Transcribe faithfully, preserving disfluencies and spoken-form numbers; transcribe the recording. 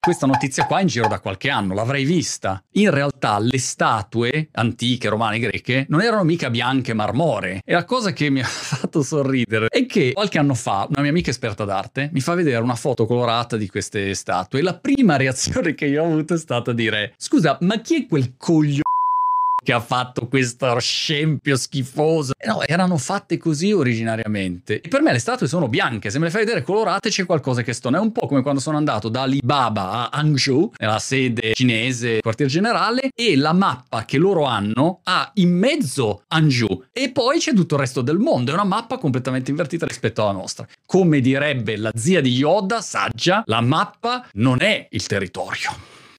Questa notizia qua è in giro da qualche anno, l'avrei vista. In realtà le statue antiche, romane, greche, non erano mica bianche marmoree. E la cosa che mi ha fatto sorridere è che qualche anno fa una mia amica esperta d'arte mi fa vedere una foto colorata di queste statue e la prima reazione che io ho avuto è stata dire: scusa, ma chi è quel coglione che ha fatto questo scempio schifoso? E no, erano fatte così originariamente. E per me le statue sono bianche, se me le fai vedere colorate c'è qualcosa che stona. È un po' come quando sono andato da Alibaba a Hangzhou, nella sede cinese, quartier generale, e la mappa che loro hanno ha in mezzo Hangzhou e poi c'è tutto il resto del mondo. È una mappa completamente invertita rispetto alla nostra. Come direbbe la zia di Yoda, saggia, la mappa non è il territorio.